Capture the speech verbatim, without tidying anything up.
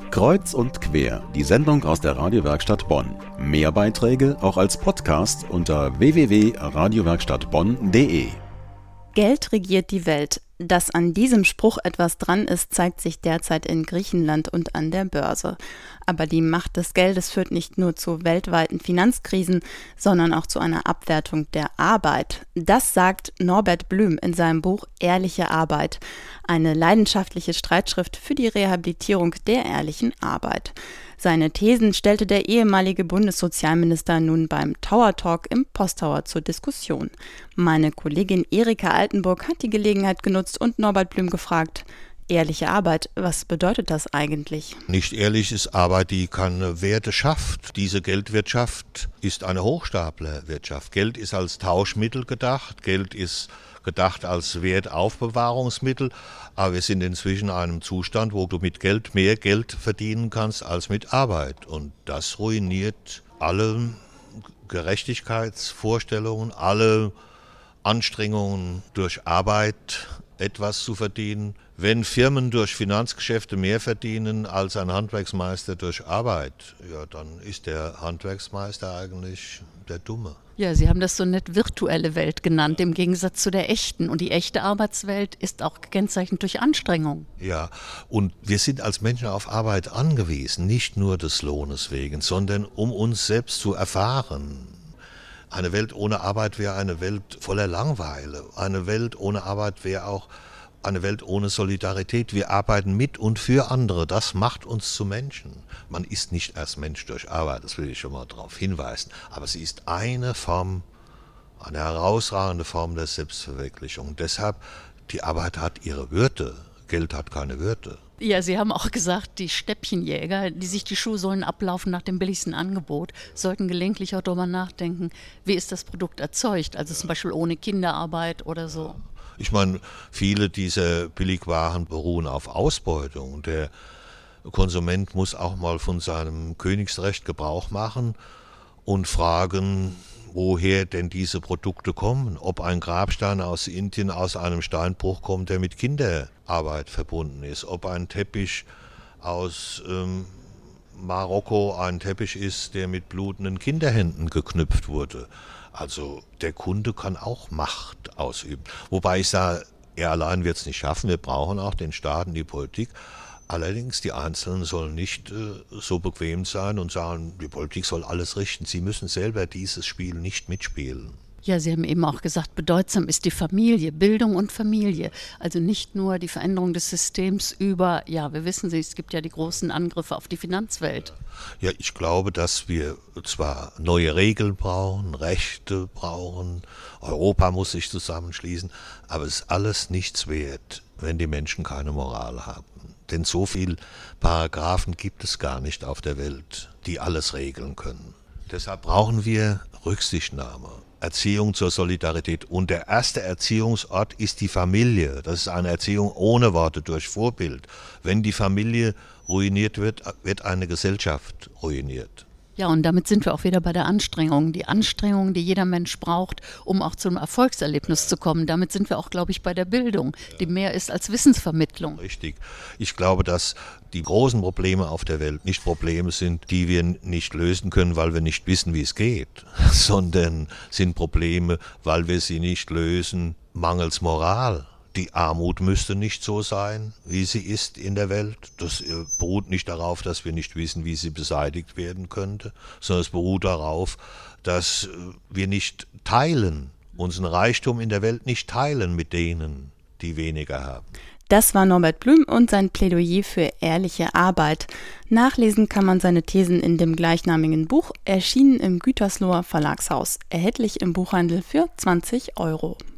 Kreuz und quer, die Sendung aus der Radiowerkstatt Bonn. Mehr Beiträge auch als Podcast unter w w w punkt radiowerkstattbonn punkt d e. Geld regiert die Welt. Dass an diesem Spruch etwas dran ist, zeigt sich derzeit in Griechenland und an der Börse. Aber die Macht des Geldes führt nicht nur zu weltweiten Finanzkrisen, sondern auch zu einer Abwertung der Arbeit. Das sagt Norbert Blüm in seinem Buch Ehrliche Arbeit, eine leidenschaftliche Streitschrift für die Rehabilitierung der ehrlichen Arbeit. Seine Thesen stellte der ehemalige Bundessozialminister nun beim Tower Talk im Posttower zur Diskussion. Meine Kollegin Erika Altenburg hat die Gelegenheit genutzt und Norbert Blüm gefragt: Ehrliche Arbeit, was bedeutet das eigentlich? Nicht ehrlich ist Arbeit, die keine Werte schafft. Diese Geldwirtschaft ist eine Hochstaplerwirtschaft. Geld ist als Tauschmittel gedacht, Geld ist gedacht als Wertaufbewahrungsmittel, aber wir sind inzwischen in einem Zustand, wo du mit Geld mehr Geld verdienen kannst als mit Arbeit. Und das ruiniert alle Gerechtigkeitsvorstellungen, alle Anstrengungen, durch Arbeit etwas zu verdienen. Wenn Firmen durch Finanzgeschäfte mehr verdienen als ein Handwerksmeister durch Arbeit, ja, dann ist der Handwerksmeister eigentlich der Dumme. Ja, Sie haben das so nett virtuelle Welt genannt, im Gegensatz zu der echten. Und die echte Arbeitswelt ist auch gekennzeichnet durch Anstrengung. Ja, und wir sind als Menschen auf Arbeit angewiesen, nicht nur des Lohnes wegen, sondern um uns selbst zu erfahren. Eine Welt ohne Arbeit wäre eine Welt voller Langeweile. Eine Welt ohne Arbeit wäre auch eine Welt ohne Solidarität. Wir arbeiten mit und für andere. Das macht uns zu Menschen. Man ist nicht erst Mensch durch Arbeit, das will ich schon mal darauf hinweisen. Aber sie ist eine Form, eine herausragende Form der Selbstverwirklichung. Deshalb, die Arbeit hat ihre Würde. Geld hat keine Würde. Ja, Sie haben auch gesagt, die Stäbchenjäger, die sich die Schuhsohlen ablaufen nach dem billigsten Angebot, sollten gelegentlich auch darüber nachdenken, wie ist das Produkt erzeugt, also zum Beispiel ohne Kinderarbeit oder so. Ich meine, viele dieser Billigwaren beruhen auf Ausbeutung. Der Konsument muss auch mal von seinem Königsrecht Gebrauch machen und fragen, woher denn diese Produkte kommen. Ob ein Grabstein aus Indien aus einem Steinbruch kommt, der mit Kinderarbeit verbunden ist. Ob ein Teppich aus ähm, Marokko ein Teppich ist, der mit blutenden Kinderhänden geknüpft wurde. Also der Kunde kann auch Macht ausüben. Wobei ich sage, er allein wird es nicht schaffen. Wir brauchen auch den Staat und die Politik. Allerdings, die Einzelnen sollen nicht äh, so bequem sein und sagen, die Politik soll alles richten. Sie müssen selber dieses Spiel nicht mitspielen. Ja, Sie haben eben auch gesagt, bedeutsam ist die Familie, Bildung und Familie. Also nicht nur die Veränderung des Systems über, ja, wir wissen es gibt ja die großen Angriffe auf die Finanzwelt. Ja, ich glaube, dass wir zwar neue Regeln brauchen, Rechte brauchen, Europa muss sich zusammenschließen, aber es ist alles nichts wert, wenn die Menschen keine Moral haben. Denn so viele Paragraphen gibt es gar nicht auf der Welt, die alles regeln können. Deshalb brauchen wir Rücksichtnahme, Erziehung zur Solidarität. Und der erste Erziehungsort ist die Familie. Das ist eine Erziehung ohne Worte, durch Vorbild. Wenn die Familie ruiniert wird, wird eine Gesellschaft ruiniert. Ja, und damit sind wir auch wieder bei der Anstrengung. Die Anstrengung, die jeder Mensch braucht, um auch zum Erfolgserlebnis zu kommen. Damit sind wir auch, glaube ich, bei der Bildung, die mehr ist als Wissensvermittlung. Richtig. Ich glaube, dass die großen Probleme auf der Welt nicht Probleme sind, die wir nicht lösen können, weil wir nicht wissen, wie es geht, sondern sind Probleme, weil wir sie nicht lösen, mangels Moral. Die Armut müsste nicht so sein, wie sie ist in der Welt. Das beruht nicht darauf, dass wir nicht wissen, wie sie beseitigt werden könnte, sondern es beruht darauf, dass wir nicht teilen, unseren Reichtum in der Welt nicht teilen mit denen, die weniger haben. Das war Norbert Blüm und sein Plädoyer für ehrliche Arbeit. Nachlesen kann man seine Thesen in dem gleichnamigen Buch, erschienen im Gütersloher Verlagshaus, erhältlich im Buchhandel für zwanzig Euro.